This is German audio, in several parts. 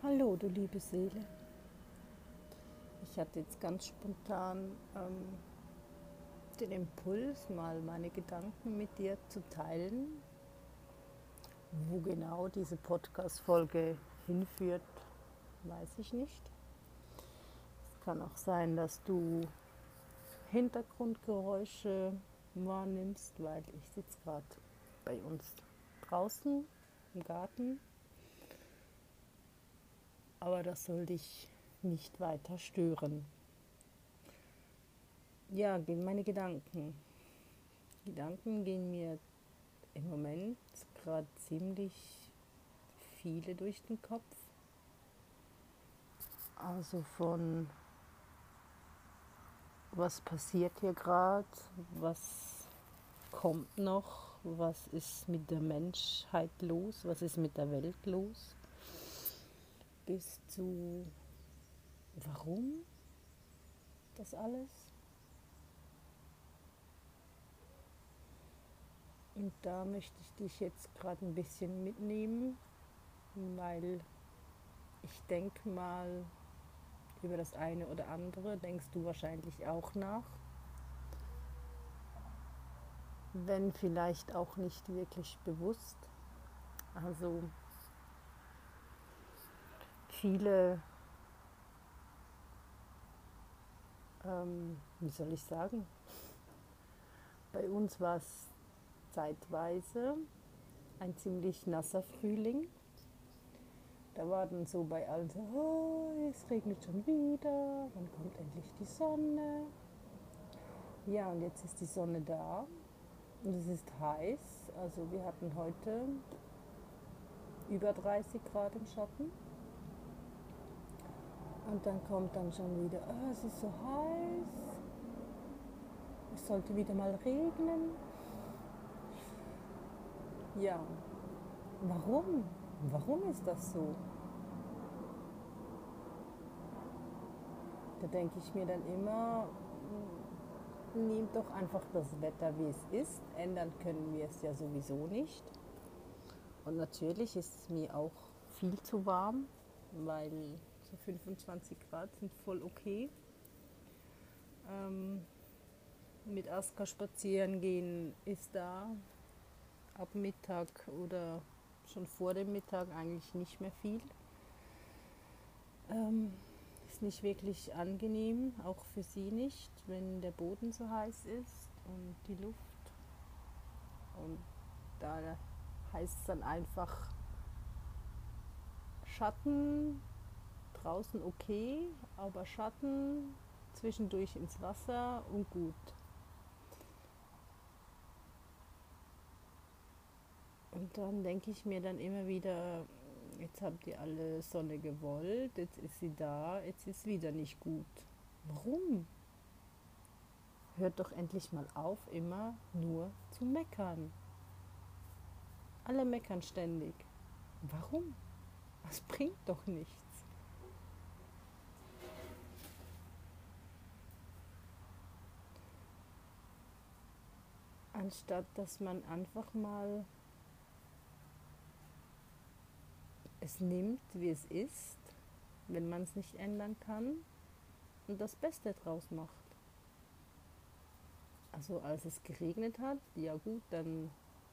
Hallo, du liebe Seele. Ich hatte jetzt ganz spontan den Impuls, mal meine Gedanken mit dir zu teilen. Wo genau diese Podcast-Folge hinführt, weiß ich nicht. Es kann auch sein, dass du Hintergrundgeräusche wahrnimmst, weil ich sitze gerade bei uns draußen im Garten. Aber das soll dich nicht weiter stören. Ja, gehen meine Gedanken. Gedanken gehen mir im Moment gerade ziemlich viele durch den Kopf. Also von was passiert hier gerade, was kommt noch, was ist mit der Menschheit los, was ist mit der Welt los, bis zu warum das alles. Und da möchte ich dich jetzt gerade ein bisschen mitnehmen, weil ich denke mal, über das eine oder andere denkst du wahrscheinlich auch nach, wenn vielleicht auch nicht wirklich bewusst. Also viele, wie soll ich sagen, bei uns war es zeitweise ein ziemlich nasser Frühling. Da war dann so bei allen so, oh, es regnet schon wieder, wann kommt endlich die Sonne? Ja, und jetzt ist die Sonne da und es ist heiß. Also wir hatten heute über 30 Grad im Schatten. Und dann kommt dann schon wieder, oh, es ist so heiß, es sollte wieder mal regnen. Ja, warum? Warum ist das so? Da denke ich mir dann immer, nehmt doch einfach das Wetter, wie es ist. Ändern können wir es ja sowieso nicht. Und natürlich ist es mir auch viel zu warm, weil so 25 Grad sind voll okay. Mit Aska spazieren gehen ist da ab Mittag oder schon vor dem Mittag eigentlich nicht mehr viel. Ist nicht wirklich angenehm, auch für sie nicht, wenn der Boden so heiß ist und die Luft. Und da heißt es dann einfach Schatten, draußen okay, aber Schatten, zwischendurch ins Wasser und gut. Und dann denke ich mir dann immer wieder, jetzt habt ihr alle Sonne gewollt, jetzt ist sie da, jetzt ist wieder nicht gut. Warum? Hört doch endlich mal auf, immer nur zu meckern. Alle meckern ständig. Warum? Das bringt doch nichts. Anstatt dass man einfach mal es nimmt, wie es ist, wenn man es nicht ändern kann und das Beste draus macht. Also als es geregnet hat, ja gut, dann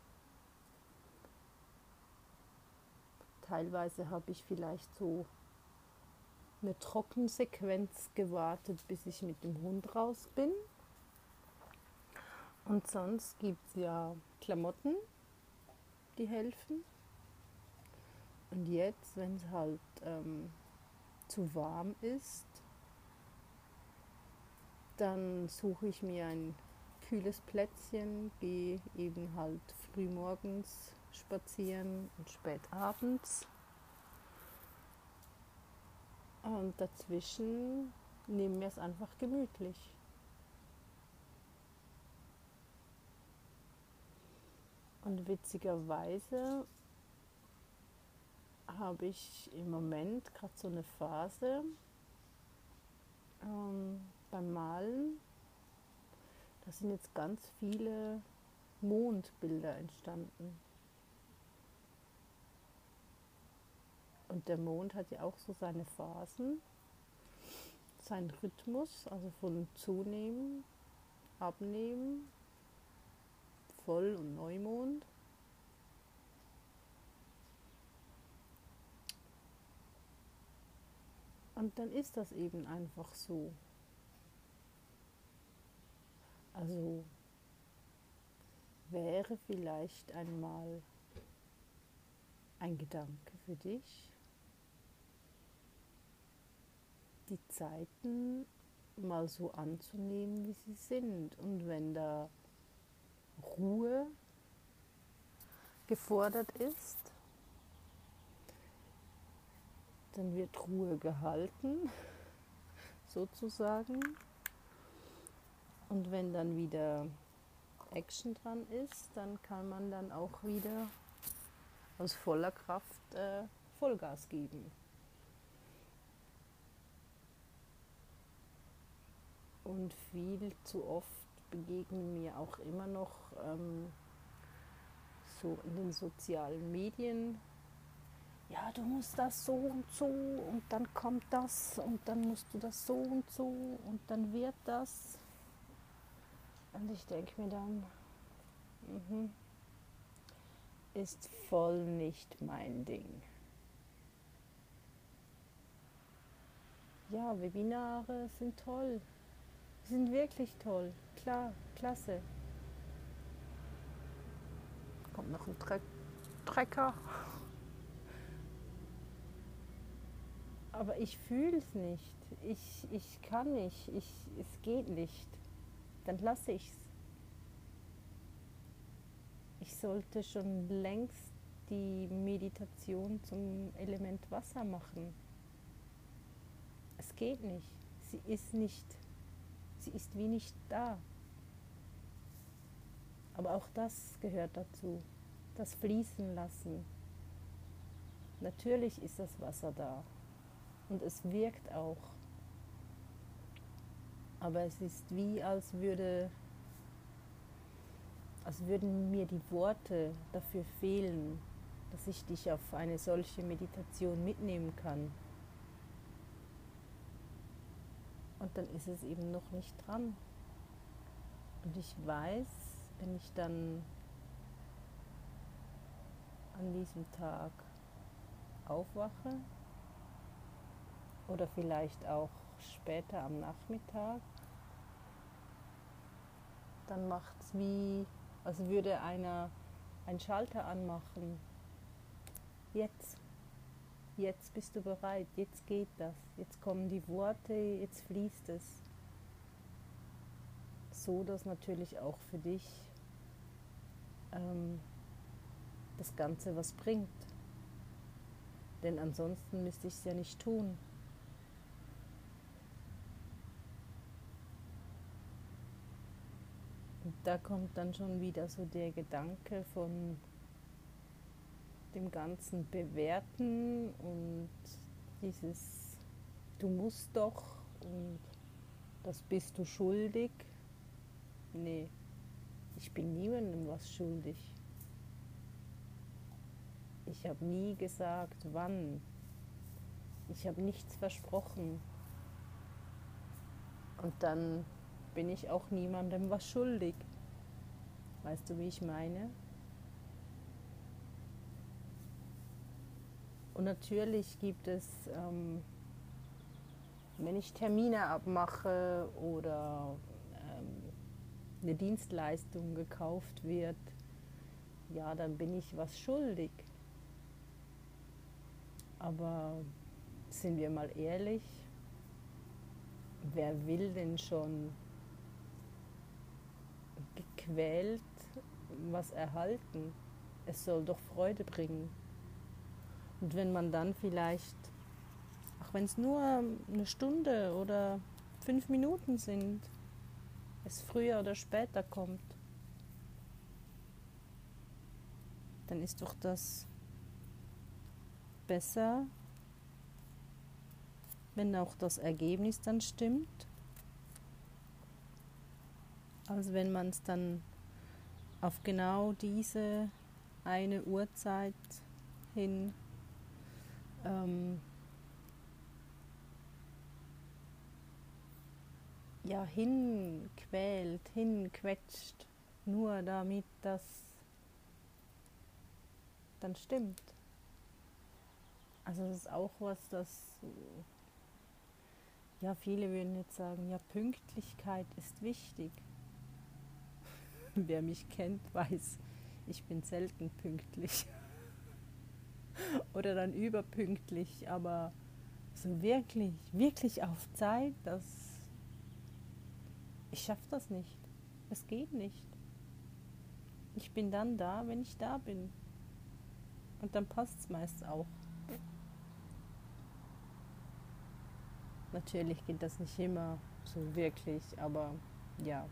teilweise habe ich vielleicht so eine Trockensequenz gewartet, bis ich mit dem Hund raus bin. Und sonst gibt es ja Klamotten, die helfen. Und jetzt, wenn es halt zu warm ist, dann suche ich mir ein kühles Plätzchen, gehe eben halt frühmorgens spazieren und spät abends. Und dazwischen nehmen wir es einfach gemütlich. Und witzigerweise habe ich im Moment gerade so eine Phase beim Malen. Da sind jetzt ganz viele Mondbilder entstanden. Und der Mond hat ja auch so seine Phasen, seinen Rhythmus, also von Zunehmen, Abnehmen, Voll- und Neumond. Und dann ist das eben einfach so. Also wäre vielleicht einmal ein Gedanke für dich, die Zeiten mal so anzunehmen, wie sie sind. Und wenn da Ruhe gefordert ist, dann wird Ruhe gehalten, sozusagen. Und wenn dann wieder Action dran ist, dann kann man dann auch wieder aus voller Kraft Vollgas geben. Und viel zu oft begegnen mir auch immer noch so in den sozialen Medien, ja, du musst das so und dann kommt das und dann musst du das so und dann wird das. Und ich denke mir dann, ist voll nicht mein Ding. Ja, Webinare sind toll. Sie sind wirklich toll. Klar, klasse. Kommt noch ein Trecker. Aber ich fühle es nicht. Ich kann nicht. Es geht nicht. Dann lasse ich es. Ich sollte schon längst die Meditation zum Element Wasser machen. Es geht nicht. Sie ist wie nicht da. Aber auch das gehört dazu. Das Fließen lassen. Natürlich ist das Wasser da. Und es wirkt auch. Aber es ist wie, als würden mir die Worte dafür fehlen, dass ich dich auf eine solche Meditation mitnehmen kann. Und dann ist es eben noch nicht dran. Und ich weiß, wenn ich dann an diesem Tag aufwache oder vielleicht auch später am Nachmittag, dann macht es wie, als würde einer einen Schalter anmachen. Jetzt bist du bereit, jetzt geht das, jetzt kommen die Worte, jetzt fließt es. So, dass natürlich auch für dich das Ganze was bringt. Denn ansonsten müsste ich es ja nicht tun. Und da kommt dann schon wieder so der Gedanke von dem ganzen Bewerten und dieses du musst doch und das bist du schuldig. Nee, ich bin niemandem was schuldig. Ich habe nie gesagt, wann. Ich habe nichts versprochen. Und dann bin ich auch niemandem was schuldig. Weißt du, wie ich meine? Und natürlich gibt es, wenn ich Termine abmache oder eine Dienstleistung gekauft wird, ja, dann bin ich was schuldig. Aber sind wir mal ehrlich, wer will denn schon gequält was erhalten? Es soll doch Freude bringen. Und wenn man dann vielleicht, auch wenn es nur eine Stunde oder 5 Minuten sind, es früher oder später kommt, dann ist doch das besser, wenn auch das Ergebnis dann stimmt, als wenn man es dann auf genau diese eine Uhrzeit hin ähm, ja, hinquält, hinquetscht, nur damit das dann stimmt. Also das ist auch was, das, ja, viele würden jetzt sagen, ja, Pünktlichkeit ist wichtig. Wer mich kennt, weiß, ich bin selten pünktlich oder dann überpünktlich, aber so wirklich, wirklich auf Zeit, ich schaffe das nicht. Es geht nicht. Ich bin dann da, wenn ich da bin. Und dann passt es meist auch. Natürlich geht das nicht immer so wirklich, aber ja.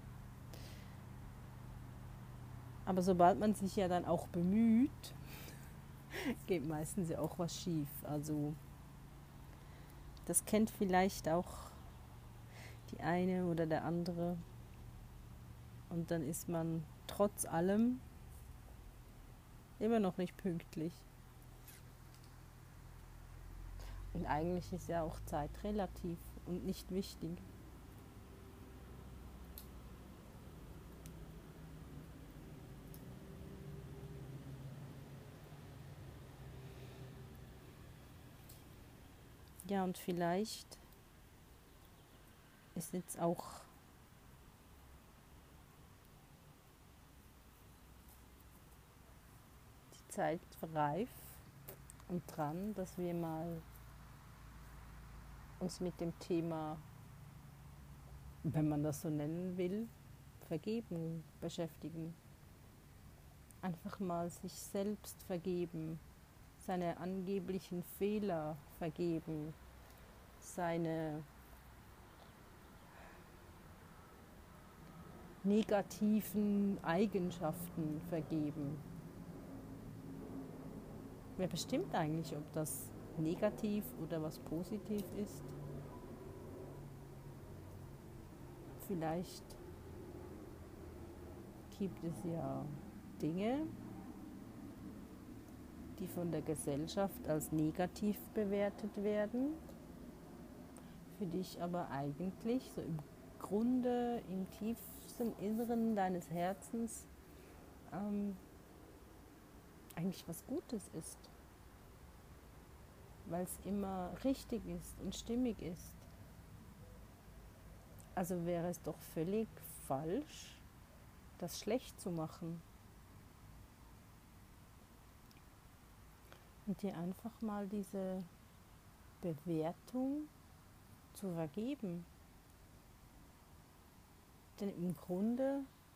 Aber sobald man sich ja dann auch bemüht, geht meistens ja auch was schief. Also das kennt vielleicht auch die eine oder der andere. Und dann ist man trotz allem immer noch nicht pünktlich. Und eigentlich ist ja auch Zeit relativ und nicht wichtig. Ja, und vielleicht ist jetzt auch die Zeit reif und dran, dass wir mal uns mit dem Thema, wenn man das so nennen will, Vergeben beschäftigen. Einfach mal sich selbst vergeben, seine angeblichen Fehler vergeben, seine negativen Eigenschaften vergeben. Wer bestimmt eigentlich, ob das negativ oder was positiv ist? Vielleicht gibt es ja Dinge, die von der Gesellschaft als negativ bewertet werden, für dich aber eigentlich so im Grunde, im tiefsten Inneren deines Herzens eigentlich was Gutes ist, weil es immer richtig ist und stimmig ist. Also wäre es doch völlig falsch, das schlecht zu machen und dir einfach mal diese Bewertung zu vergeben. Denn im Grunde,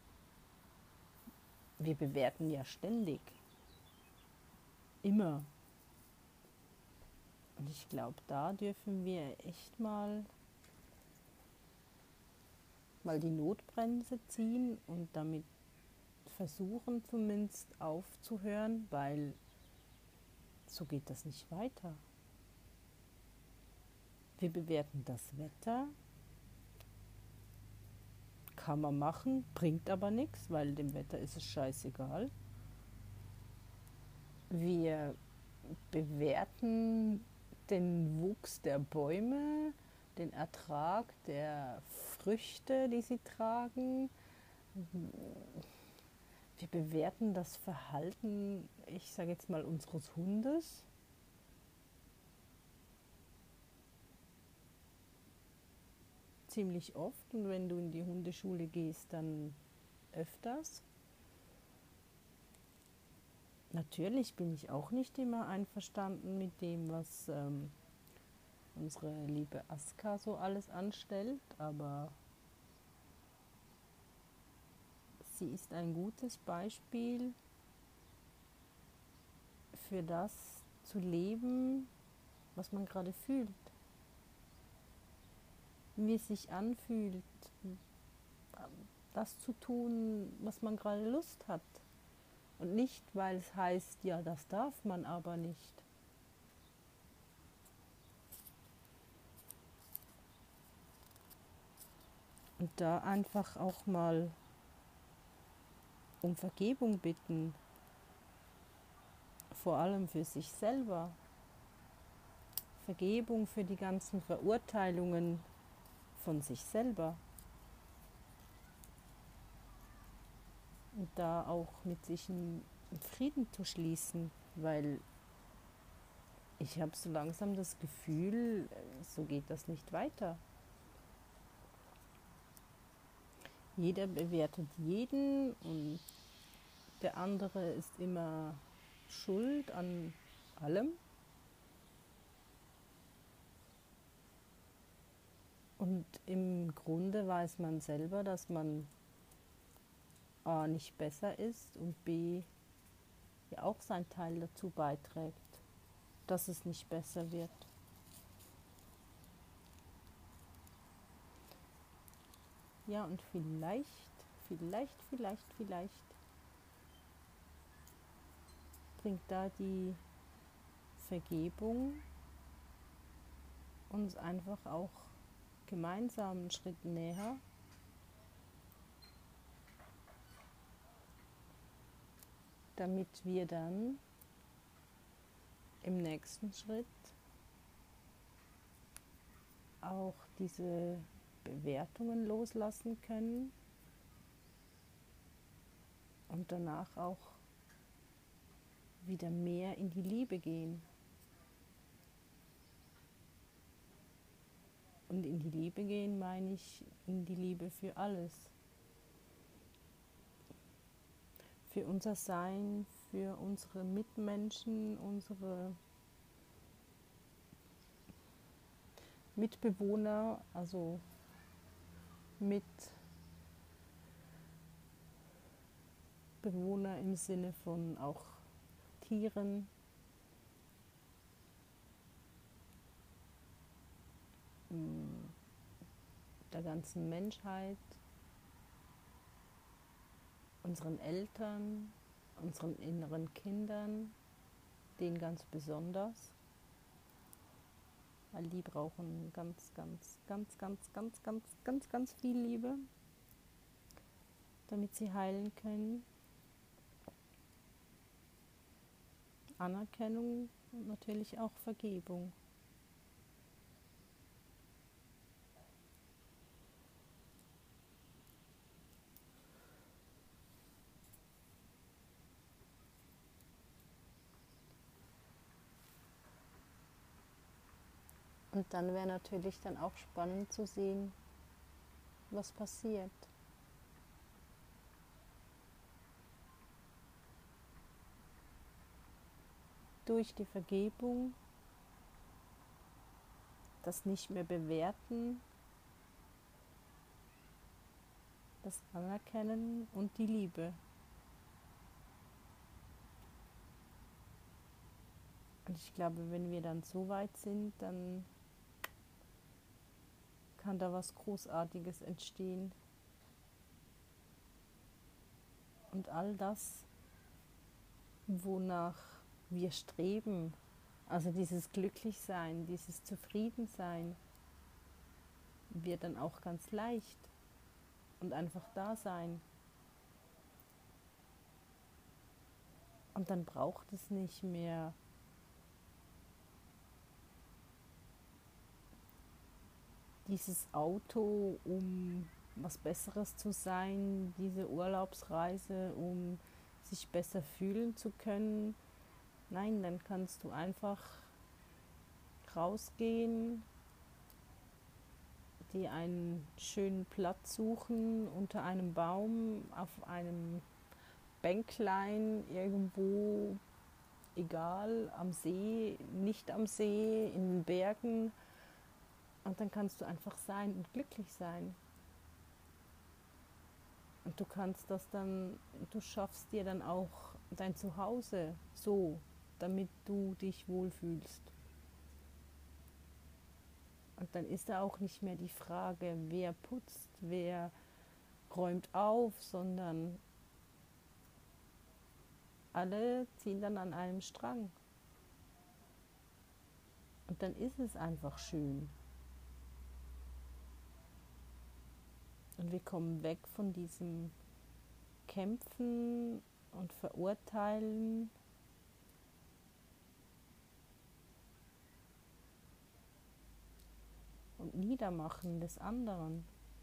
wir bewerten ja ständig, immer. Und ich glaube, da dürfen wir echt mal die Notbremse ziehen und damit versuchen zumindest aufzuhören, weil so geht das nicht weiter. Wir bewerten das Wetter, kann man machen, bringt aber nichts, weil dem Wetter ist es scheißegal. Wir bewerten den Wuchs der Bäume, den Ertrag der Früchte, die sie tragen. Wir bewerten das Verhalten, ich sage jetzt mal, unseres Hundes. Ziemlich oft, und wenn du in die Hundeschule gehst, dann öfters. Natürlich bin ich auch nicht immer einverstanden mit dem, was unsere liebe Aska so alles anstellt, aber sie ist ein gutes Beispiel für das zu leben, was man gerade fühlt, wie es sich anfühlt, das zu tun, was man gerade Lust hat. Und nicht, weil es heißt, ja, das darf man aber nicht. Und da einfach auch mal um Vergebung bitten, vor allem für sich selber. Vergebung für die ganzen Verurteilungen von sich selber. Und da auch mit sich in Frieden zu schließen, weil ich habe so langsam das Gefühl, so geht das nicht weiter. Jeder bewertet jeden und der andere ist immer schuld an allem. Und im Grunde weiß man selber, dass man A nicht besser ist und B ja auch seinen Teil dazu beiträgt, dass es nicht besser wird. Ja, und vielleicht bringt da die Vergebung uns einfach auch gemeinsam einen Schritt näher, damit wir dann im nächsten Schritt auch diese Bewertungen loslassen können und danach auch wieder mehr in die Liebe gehen. Und in die Liebe gehen meine ich in die Liebe für alles. Für unser Sein, für unsere Mitmenschen, unsere Mitbewohner, also Mitbewohner im Sinne von auch Tieren, der ganzen Menschheit, unseren Eltern, unseren inneren Kindern, denen ganz besonders, weil die brauchen ganz viel Liebe, damit sie heilen können. Anerkennung und natürlich auch Vergebung. Und dann wäre natürlich dann auch spannend zu sehen, was passiert. Durch die Vergebung, das nicht mehr bewerten, das Anerkennen und die Liebe. Und ich glaube, wenn wir dann so weit sind, dann kann da was Großartiges entstehen. Und all das, wonach wir streben, also dieses Glücklichsein, dieses Zufriedensein, wird dann auch ganz leicht und einfach da sein. Und dann braucht es nicht mehr dieses Auto, um was Besseres zu sein, diese Urlaubsreise, um sich besser fühlen zu können. Nein, dann kannst du einfach rausgehen, dir einen schönen Platz suchen unter einem Baum, auf einem Bänklein irgendwo, egal, am See, nicht am See, in den Bergen. Und dann kannst du einfach sein und glücklich sein. Und du kannst das dann, du schaffst dir dann auch dein Zuhause so, damit du dich wohlfühlst. Und dann ist da auch nicht mehr die Frage, wer putzt, wer räumt auf, sondern alle ziehen dann an einem Strang. Und dann ist es einfach schön. Und wir kommen weg von diesem Kämpfen und Verurteilen. und Niedermachen des anderen.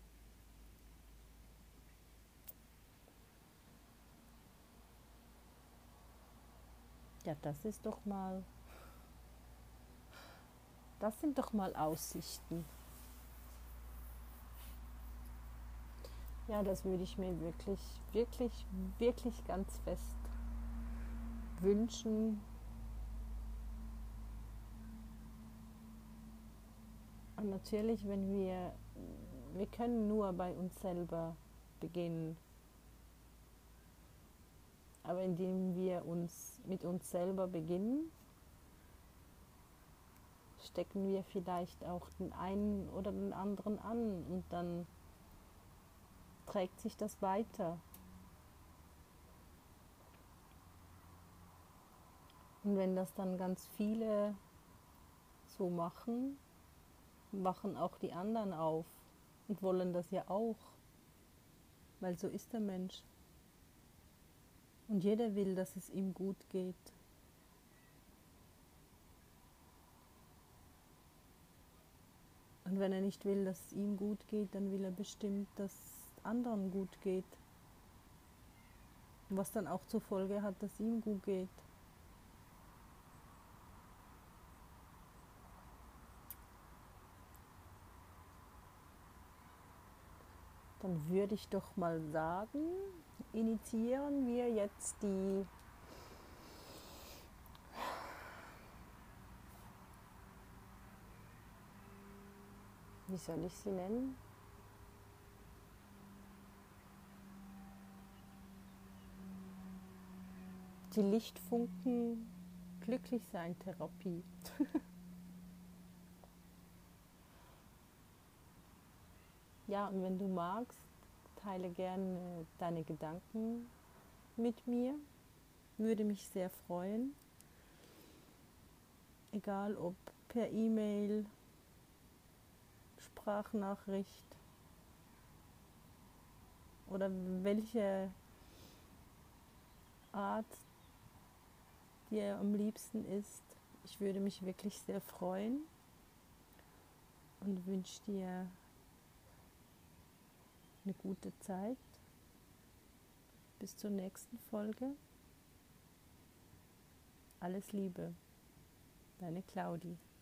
Ja, das sind doch mal Aussichten. Ja, das würde ich mir wirklich, wirklich, wirklich ganz fest wünschen. Und natürlich, wir können nur bei uns selber beginnen. Aber indem wir uns mit uns selber beginnen, stecken wir vielleicht auch den einen oder den anderen an und dann trägt sich das weiter. Und wenn das dann ganz viele so machen, wachen auch die anderen auf und wollen das ja auch, weil so ist der Mensch. Und jeder will, dass es ihm gut geht. Und wenn er nicht will, dass es ihm gut geht, dann will er bestimmt, dass es anderen gut geht. Was dann auch zur Folge hat, dass ihm gut geht. Dann würde ich doch mal sagen, initiieren wir jetzt wie soll ich sie nennen? Die Lichtfunken Glücklichsein-Therapie. Ja, und wenn du magst, teile gerne deine Gedanken mit mir. Würde mich sehr freuen. Egal ob per E-Mail, Sprachnachricht oder welche Art dir am liebsten ist. Ich würde mich wirklich sehr freuen und wünsche dir eine gute Zeit. Bis zur nächsten Folge. Alles Liebe, deine Claudi.